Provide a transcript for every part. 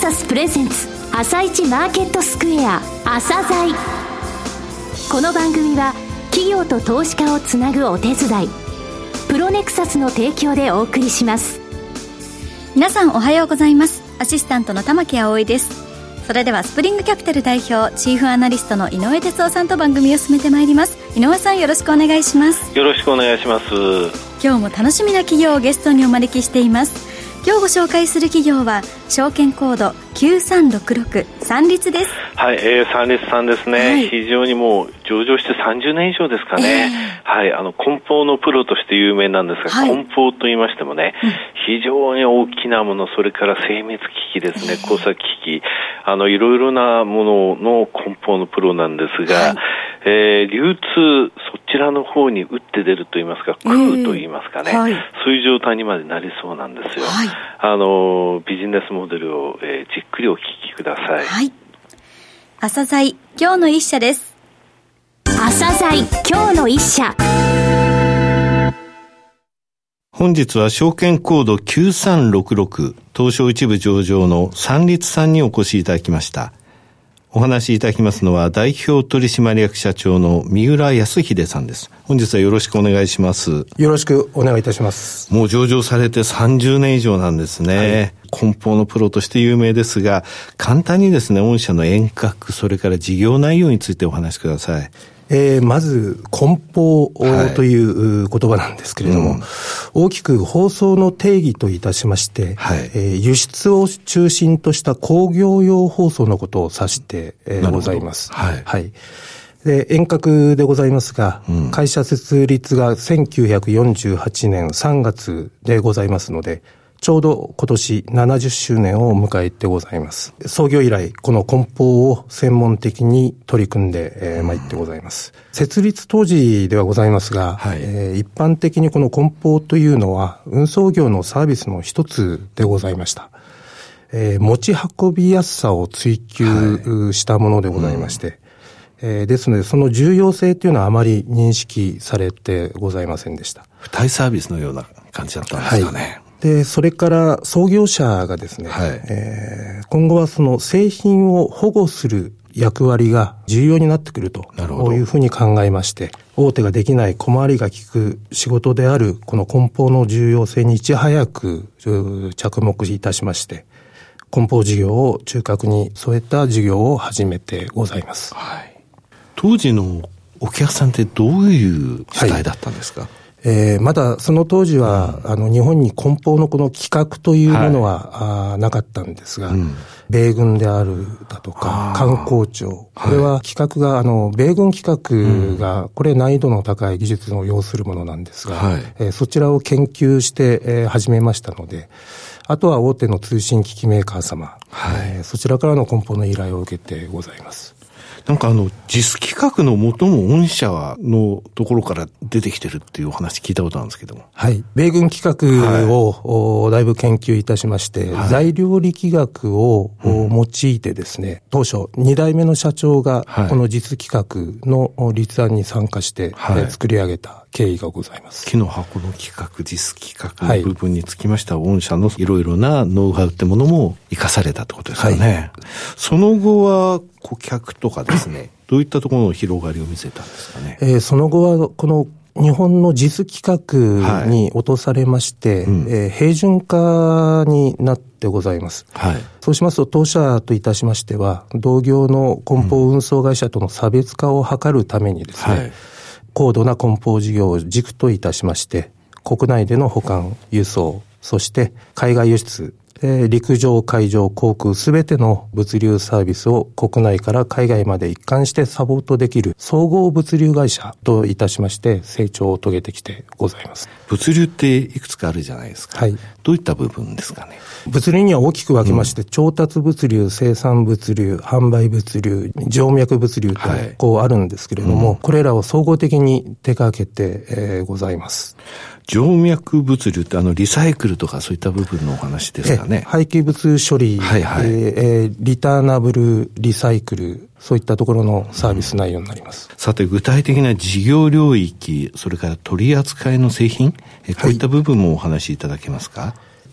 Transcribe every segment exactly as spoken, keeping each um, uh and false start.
サスプレゼンツ朝一マーケットスクエア朝鮮。この番組は企業と投資家をつなぐお手伝い、プロネクサスの提供でお送りします。 皆さんおはようございます。アシスタントの玉木葵です。それではスプリングキャピタル代表チーフアナリストの井上哲夫さんと番組を進めてまいります。井上さん、よろしくお願いします。 よろしくお願いします。 今日も楽しみな企業をゲストにお招きしています。今日ご紹介する企業は証券コードきゅうさんろくろく三立です。 はい、えー、三立さんですね、はい、非常にもう上場してさんじゅうねん以上ですかね、えー、はい、あの梱包のプロとして有名なんですが、はい、梱包と言いましてもね、うん、非常に大きなもの、それから精密機器ですね、工作機器、あのいろいろなものの梱包のプロなんですが、はい、えー、流通そちらの方に打って出ると言いますか、空と言いますかね、えーはい、そういう状態にまでなりそうなんですよ、はい、あのビジネスモデルを、えー、じっくりお聞きください。 はい、朝鮮今日の一社です。 朝鮮今日の一社。 本日は証券コードきゅうさんろくろく東証一部上場の三立さんにお越しいただきました。お話しいただきますのは代表取締役社長の三浦康秀さんです。本日はよろしくお願いします。 よろしくお願いいたします。 もう上場されてさんじゅうねん以上なんですね、はい、梱包のプロとして有名ですが、簡単にですね、御社の遠隔、それから事業内容についてお話しください。 えー、まず梱包という言葉なんですけれども、はい、うん、大きく包装の定義といたしまして、はい、えー、輸出を中心とした工業用包装のことを指して、えー、ございます。はい。はい。で、遠隔でございますが、うん、会社設立がせんきゅうひゃくよんじゅうはちねんさんがつでございますので、ちょうど今年ななじゅっしゅうねんを迎えてございます。創業以来、この梱包を専門的に取り組んで、えー、参ってございます。設立当時ではございますが、はい、えー、一般的にこの梱包というのは運送業のサービスの一つでございました。えー、持ち運びやすさを追求したものでございまして、はい、えー、ですのでその重要性というのはあまり認識されてございませんでした。 付帯サービスのような感じだったんですかね。はい、 で、それから創業者がですね、はい、えー、今後はその製品を保護する役割が重要になってくるというふうに考えまして、大手ができない小回りが利く仕事であるこの梱包の重要性にいち早く着目いたしまして、梱包事業を中核に添えた事業を始めてございます。はい、 当時のお客さんってどういう主体だったんですか？はい、 えー、まだその当時は、うん、あの日本に梱包のこの規格というものは、はい、あなかったんですが、うん、米軍であるだとか観光庁、これは規格が、はい、あの米軍規格が、うん、これ難易度の高い技術を要するものなんですが、はい、えー、そちらを研究して、えー、始めましたので、あとは大手の通信機器メーカー様、はい、えー、そちらからの梱包の依頼を受けてございます。 なんかあの、ジス規格の元も御社のところから出てきてるっていうお話聞いたことあるんですけども。 はい。米軍規格を、はい、だいぶ研究いたしまして、はい、材料力学を、うん、用いてですね、当初に代目の社長がこのジス規格の立案に参加して、はい、作り上げた経緯がございます。 木の箱の規格、ジス規格の部分につきましては、はい、御社のいろいろなノウハウってものも活かされたってことですよね。はい、その後は顧客とかですね、どういったところの広がりを見せたんですかね。 えー、その後はこの日本のジス規格に落とされまして、はい、うん、えー、平準化になってございます。はい、そうしますと当社といたしましては、同業の梱包運送会社との差別化を図るためにですね、はい、高度な梱包事業を軸といたしまして、国内での保管、輸送、そして海外輸出、陸上、海上、航空すべての物流サービスを国内から海外まで一貫してサポートできる総合物流会社といたしまして成長を遂げてきてございます。 物流っていくつかあるじゃないですか。はい。どういった部分ですかね。 物流には大きく分けまして、うん、調達物流、生産物流、販売物流、静脈物流とこうあるんですけれども、はい、うん、これらを総合的に手掛けて、えー、ございます。 静脈物流ってあのリサイクルとかそういった部分のお話ですかね。 廃棄物処理、はいはい、えー、リターナブルリサイクル、そういったところのサービス内容になります。 うん、さて具体的な事業領域、それから取り扱いの製品、えこういった部分もお話しいただけますか。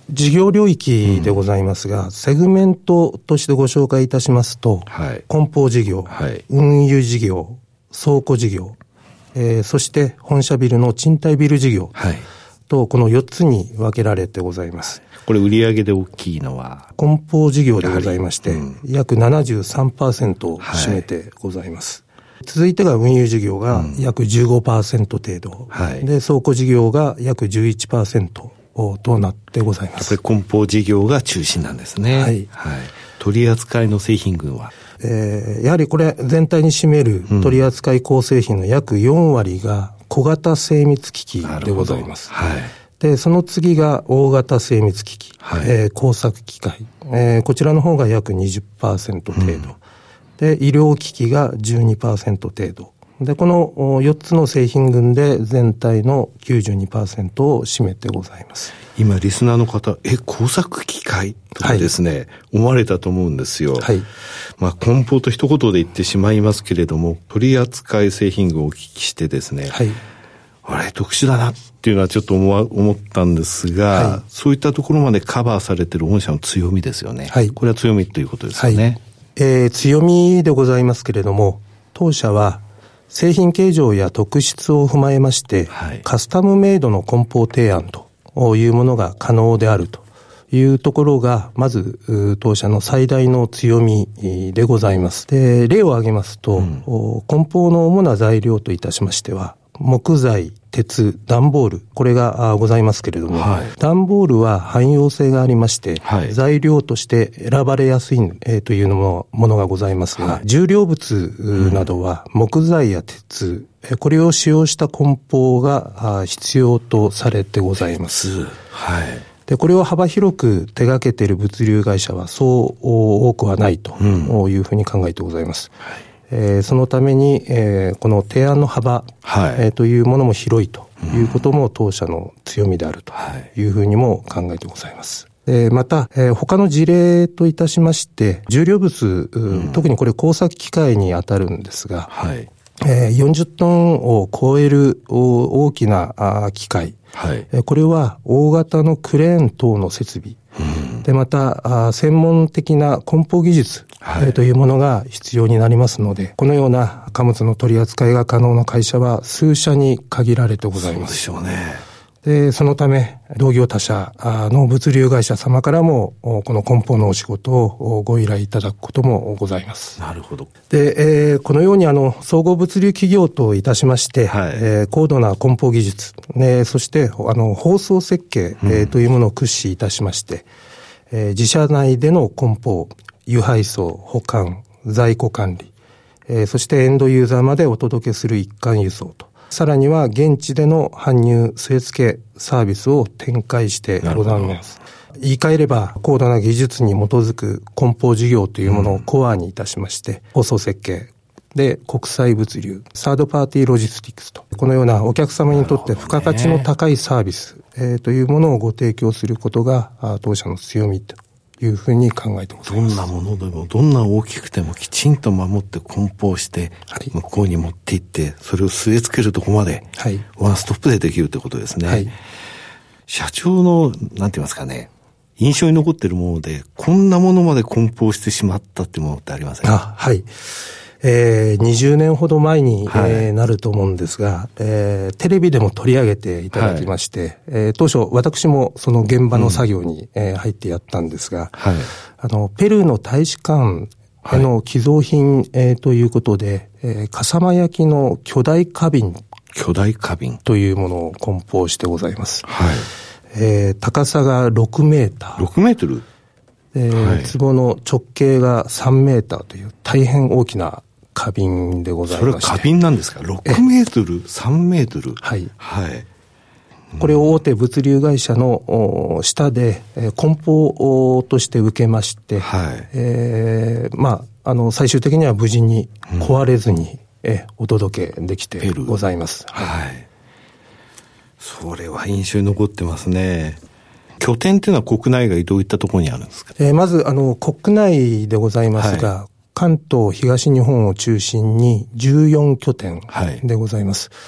事業領域でございますが、うん、セグメントとしてご紹介いたしますと、はい、梱包事業、はい、運輸事業、倉庫事業、えー、そして本社ビルの賃貸ビル事業、はい、とこのよっつに分けられてございます。 これ売上で大きいのは梱包事業でございまして、うん、約 ななじゅうさんパーセント を占めてございます。はい、続いてが運輸事業が約 じゅうごパーセント 程度、はい、で倉庫事業が約 じゅういちパーセントとなってございます。 やっぱり梱包事業が中心なんですね。はい。はい、取扱いの製品群は、 えー、やはりこれ全体に占める取扱い構成品の約よんわりが小型精密機器でございます。はい。で、その次が大型精密機器、はい、えー、工作機械、えー、こちらの方が約 にじゅっパーセント 程度、うん、で、医療機器が じゅうにパーセント 程度。で、このよっつの製品群で全体の きゅうじゅうにパーセント を占めてございます。 今、リスナーの方、え、工作機械とかですね、はい、思われたと思うんですよ。はい。まあ、梱包と一言で言ってしまいますけれども、取扱い製品群をお聞きしてですね、はい。あれ、特殊だなっていうのはちょっと思わ、思ったんですが、はい、そういったところまでカバーされている御社の強みですよね。はい。これは強みということですよね。はい、 えー、強みでございますけれども、当社は、製品形状や特質を踏まえまして、はい、カスタムメイドの梱包提案というものが可能であるというところが、まず当社の最大の強みでございます。で、例を挙げますと、うん、梱包の主な材料といたしましては、木材、鉄、段ボール、これがございますけれども、はい、段ボールは汎用性がありまして、はい、材料として選ばれやすい、えー、というのもものがございますが、はい、重量物などは木材や鉄、うん、これを使用した梱包が必要とされてございます。はい。で、これを幅広く手掛けている物流会社はそう多くはないというふうに考えてございます。うん、はい。えー、そのために、えー、この提案の幅、はい、えー、というものも広いということも当社の強みであるというふうにも考えてございます。えー、また、えー、他の事例といたしまして、重量物、うん、特にこれ工作機械に当たるんですが、はい、えー、よんじゅっトンを超える大きな機械、はい、えー、これは大型のクレーン等の設備、うん、でまた専門的な梱包技術、はい、というものが必要になりますので、このような貨物の取り扱いが可能な会社は数社に限られてございます。 そうでしょうね。 で、そのため、同業他社の物流会社様からも、この梱包のお仕事をご依頼いただくこともございます。 なるほど。 で、えー、このようにあの、総合物流企業といたしまして、はい、えー、高度な梱包技術、ね、そして、あの、包装設計、うん、えー、というものを駆使いたしまして、えー、自社内での梱包、輸配送、保管、在庫管理、えー、そしてエンドユーザーまでお届けする一貫輸送と、さらには現地での搬入、据え付けサービスを展開してございます。言い換えれば、高度な技術に基づく梱包事業というものをコアにいたしまして、うん、包装設計で国際物流、サードパーティーロジスティクスと、このようなお客様にとって付加価値の高いサービス、えー、というものをご提供することが当社の強みというふうに考えてございます。 どんなものでも、どんな大きくてもきちんと守って梱包して、向こうに持って行って、それを据え付けるところまで、はい、ワンストップでできるということですね。はい、社長の、なんて言いますかね、印象に残っているもので、こんなものまで梱包してしまったっていうものってありませんか？ あ、はい。えー、にじゅうねんほど前に、はい、えー、なると思うんですが、えー、テレビでも取り上げていただきまして、はい、えー、当初私もその現場の作業に、うん、えー、入ってやったんですが、はい、あのペルーの大使館への寄贈品、はい、えー、ということで、えー、笠間焼きの巨大花瓶巨大花瓶というものを梱包してございます。はい、えー、高さがろくメーター。 ろくメートル？ えーはい、壺の直径がさんメーターという大変大きな花瓶でございまして。それは花瓶なんですか？ろくメートル、さんメートル。 はい。はい。これを大手物流会社の下で、えー、梱包として受けまして、はい。えー、まあ、あの、最終的には無事に壊れずに、うん、えー、お届けできてございます。 はい。はい。それは印象に残ってますね。拠点っていうのは国内外どういったところにあるんですか？ えー、まず、あの、国内でございますが、はい、関東、東日本を中心にじゅうよんきょてんでございます。はい、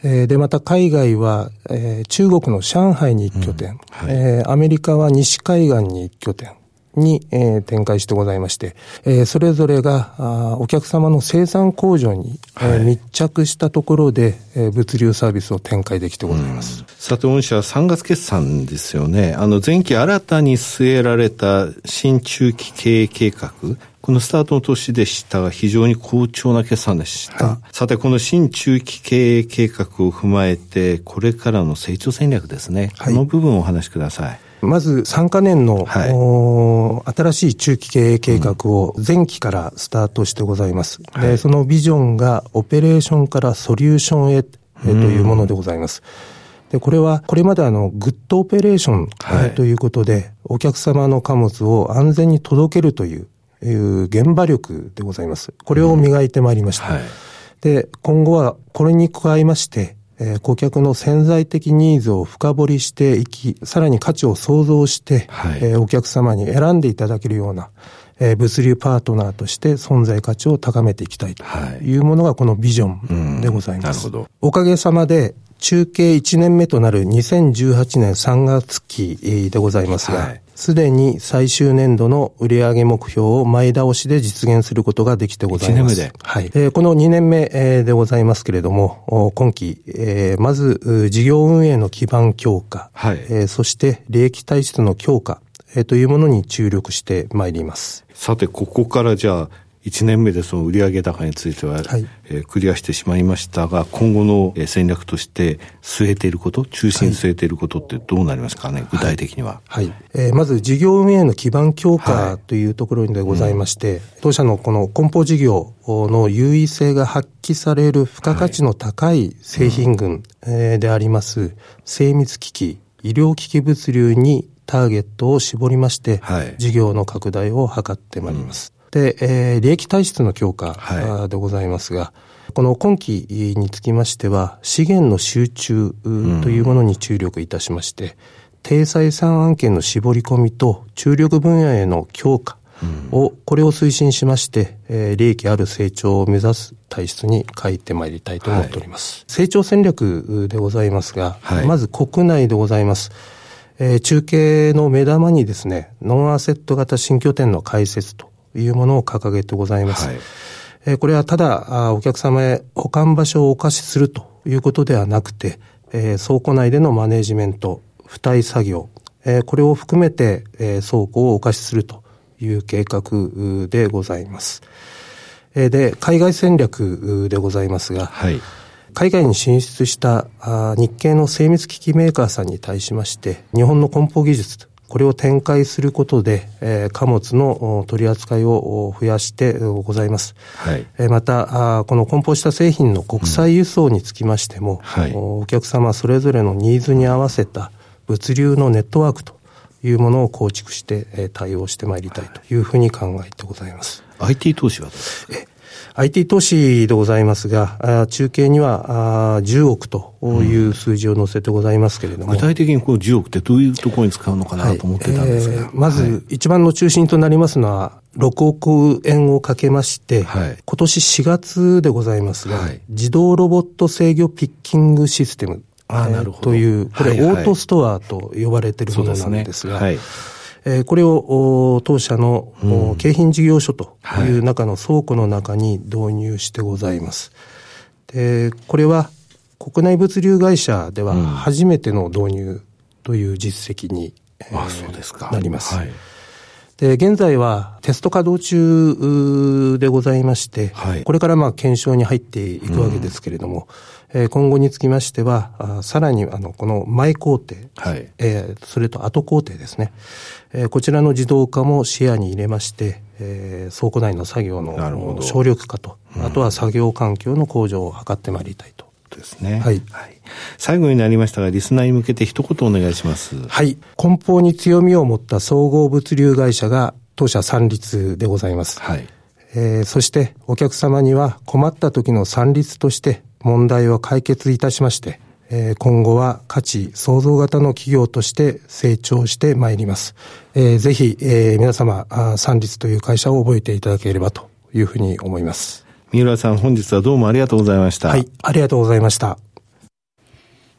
えー、で、また海外は、えー、中国の上海にいち拠点、うんはいえー、アメリカは西海岸にいち拠点に、えー、展開してございまして、えー、それぞれがあお客様の生産工場に、はいえー、密着したところで、えー、物流サービスを展開できてございます。 うん、さて、御社はさんがつ決算ですよね。あの前期新たに据えられた新中期経営計画、このスタートの年でしたが非常に好調な決算でした。はい、さて、この新中期経営計画を踏まえてこれからの成長戦略ですね。はい、この部分をお話しください。 まずさんかねんの、はい、新しい中期経営計画を前期からスタートしてございます。うん、でそのビジョンがオペレーションからソリューションへというものでございます。でこれはこれまであのグッドオペレーション、はい、ということでお客様の貨物を安全に届けるといういう現場力でございます。これを磨いてまいりました。うんはい、で今後はこれに加えましてえー、顧客の潜在的ニーズを深掘りしていき、さらに価値を創造して、はいえー、お客様に選んでいただけるような、えー、物流パートナーとして存在価値を高めていきたいというものがこのビジョンでございます。はい、なるほど。おかげさまで中継いちねんめとなるにせんじゅうはちねんさんがつきでございますが、すで、はい、に最終年度の売上目標を前倒しで実現することができてございます。いちねんめで。はい。えー、このにねんめ、えー、でございますけれども、今期、えー、まず事業運営の基盤強化、はいえー、そして利益体質の強化、えー、というものに注力してまいります。 さて、ここからじゃあ、いちねんめでその売上高については、はいえー、クリアしてしまいましたが、今後の戦略として据えていること、中心据えていることってどうなりますかね、はい、具体的には。 はい。はいえー、まず事業運営の基盤強化というところでございまして、はいうん、当社のこの梱包事業の優位性が発揮される付加価値の高い製品群、はいであります、精密機器、医療機器物流にターゲットを絞りまして、はい、事業の拡大を図ってまいります。うんで、えー、利益体質の強化、はい、でございますが、この今期につきましては、資源の集中というものに注力いたしまして、うん、低採算案件の絞り込みと注力分野への強化を、うん、これを推進しまして、えー、利益ある成長を目指す体質に変えてまいりたいと思っております。はい、成長戦略でございますが、はい、まず国内でございます。えー、中継の目玉にですね、ノンアセット型新拠点の開設と、いうものを掲げてございます。はいえー、これはただお客様へ保管場所をお貸しするということではなくて、えー、倉庫内でのマネジメント、付帯作業、えー、これを含めて、えー、倉庫をお貸しするという計画でございます。えー、で、海外戦略でございますが、はい、海外に進出した日系の精密機器メーカーさんに対しまして、日本の梱包技術、これを展開することで、えー、貨物の取り扱いを増やしてございます。はいえー、またあ、この梱包した製品の国際輸送につきましても、うんはい、お客様それぞれのニーズに合わせた物流のネットワークというものを構築して、えー、対応してまいりたいというふうに考えてございます。 アイティー 投資はどうですか？ え アイティー 投資でございますが、中継にはじゅうおくという数字を載せてございますけれども、 うん、具体的にこうじゅうおくってどういうところに使うのかなと思ってたんですが、はいえー、 まず一番の中心となりますのはろくおくえんをかけまして、はい、今年しがつでございますが、はい、自動ロボット制御ピッキングシステムあなるほどという、これオートストアと呼ばれているものなんですが、はいはいえー、これを当社の、うん、京浜事業所という中の倉庫の中に導入してございます。で、これは国内物流会社では初めての導入という実績に、うんえー、あそうですかなります。はい、で、現在はテスト稼働中でございまして、はい、これからまあ検証に入っていくわけですけれども、うんえー、今後につきましては、あさらにあのこの前工程、はいえー、それと後工程ですね、えー、こちらの自動化も視野に入れまして、えー、倉庫内の作業の省力化と、うん、あとは作業環境の向上を図ってまいりたいと。 ですね。はい。はい。最後になりましたが、リスナーに向けて一言お願いします。 はい。梱包に強みを持った総合物流会社が当社三立でございます。はい。えー、そしてお客様には困った時の三立として問題を解決いたしまして、えー、今後は価値創造型の企業として成長してまいります。えー、ぜひ、えー、皆様三立という会社を覚えていただければというふうに思います。 三浦さん、本日はどうもありがとうございました。 はい、ありがとうございました。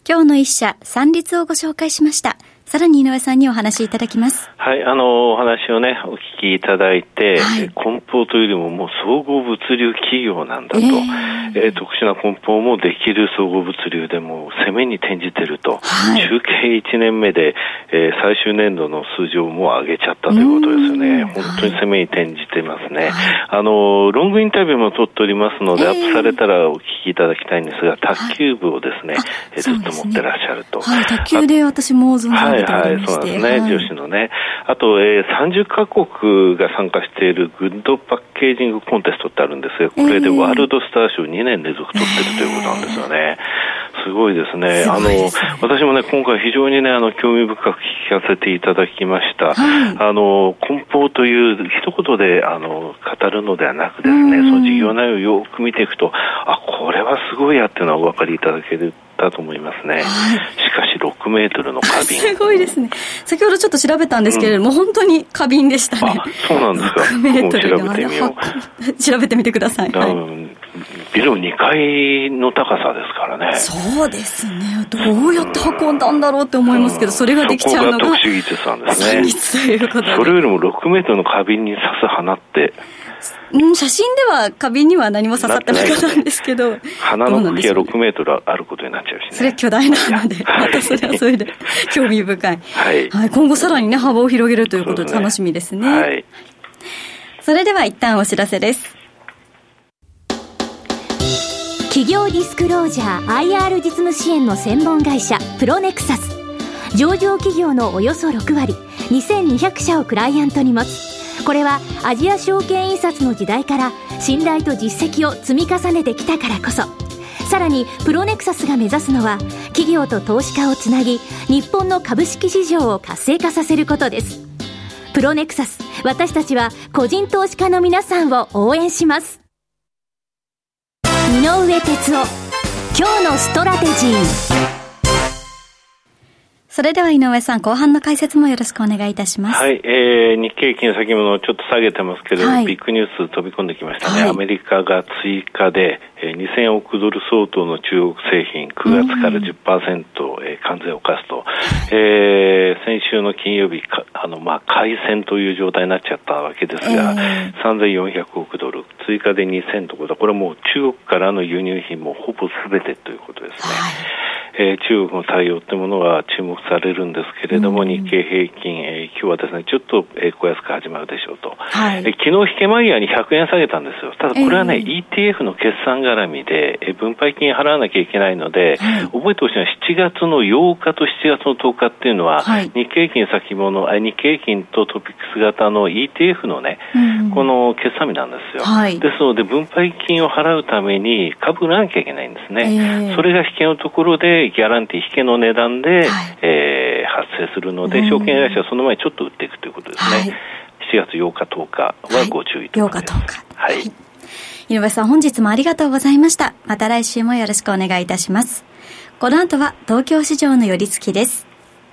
今日の一社、三立をご紹介しました。さらに井上さんにお話しいただきます。 はい、あの、お話をね、お聞きいただいて、はい、梱包というよりももう総合物流企業なんだと、えーえー、特殊な梱包もできる総合物流でも攻めに転じてると、はい、中継いちねんめで、えー、最終年度の数字をもう上げちゃったということですよね。本当に攻めに転じてますね。はい、あの、ロングインタビューも取っておりますので、えー、アップされたらお聞きいただきたいんですが、卓球部をですね、はい、ずっと持ってらっしゃると。 はい、卓球で私も存じ上げておりまして、 はいはい、そうなんですね、はい、女子のね。あと、えー、さんじゅっかこくが参加しているグッドパッケージングコンテストってあるんですが、これでワールドスター賞にねん連続取ってるということなんですよね。すごいですね。あの、私もね、今回非常にね、あの、興味深く聞かせていただきました。はい、あの、梱包という一言で、あの、語るのではなくですね、その事業内容をよく見ていくと、あ、これはすごいやっていうのはお分かりいただけるだと思いますね。はい、しかしろくメートルの花瓶。 すごいですね。先ほどちょっと調べたんですけれども、うん、本当に花瓶でしたね。 あ、そうなんですか。 ろくメートルの調べてみよう。調べてみてください。はい、 ビルにかいの高さですからね。 そうですね。どうやって運んだんだろうって思いますけど、うん、それができちゃうのが。 そこが特殊技術なんですね。 三立ということで。 それよりもろくメートルの花瓶に刺す花って、 うん、写真では花瓶には何も刺さってなかったんですけど、 花の茎はろくメートルあることになっちゃうしね。 それは巨大なので、またそれはそれで興味深い。 はい、 はい。今後さらにね、幅を広げるということで楽しみですね。はい。それでは一旦お知らせです。 企業ディスクロージャー アイアール 実務支援の専門会社プロネクサス。上場企業のおよそろくわり、にせんにひゃくしゃをクライアントに持つ。これはアジア証券印刷の時代から信頼と実績を積み重ねてきたからこそ。さらにプロネクサスが目指すのは企業と投資家をつなぎ、日本の株式市場を活性化させることです。プロネクサス、私たちは個人投資家の皆さんを応援します。井上哲夫、今日のストラテジー。 それでは井上さん、後半の解説もよろしくお願いいたします。 はい、えー、日経金先物ちょっと下げてますけど、はい、ビッグニュース飛び込んできましたね。はい、アメリカが追加で、えー、にせんおくドル相当の中国製品くがつから じゅっパーセント、えー、関税を課すと、えー、先週の金曜日かあの、まあ、開戦という状態になっちゃったわけですが、えー、さんぜんよんひゃくおくドル追加でにせんところ、これはもう中国からの輸入品もほぼ全てということですね。はい、えー、中国の対応というものが注目されるんですけれども、うん、日経平均、えー、今日はですねちょっと、えー、小安く始まるでしょうと、はい、えー、昨日引け間際にひゃくえん下げたんですよ。ただこれはね、えー、イーティーエフ の決算絡みで、えー、分配金払わなきゃいけないので、はい、覚えてほしいのはしちがつのようかとしちがつのとおかっていうのは、はい、日経平均先物、日経平均とトピックス型の イーティーエフ のね、うん、この決算日なんですよ。はい、ですので分配金を払うために株売らなきゃいけないんですね。えー、それが引けのところでギャランティー引けの値段で、はい、えー、発生するので、証券会社はその前にちょっと売っていくということですね。はい、しちがつようかとおかはご注意ということです。 ようかとおか。はい。井上さん、本日もありがとうございました。また来週もよろしくお願いいたします。この後は東京市場の寄り付きです。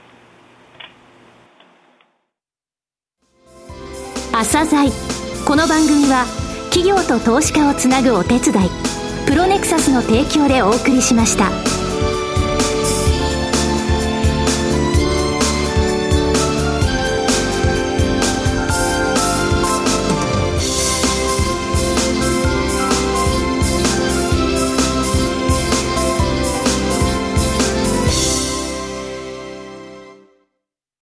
朝鮮。この番組は企業と投資家をつなぐお手伝い、プロネクサスの提供でお送りしました。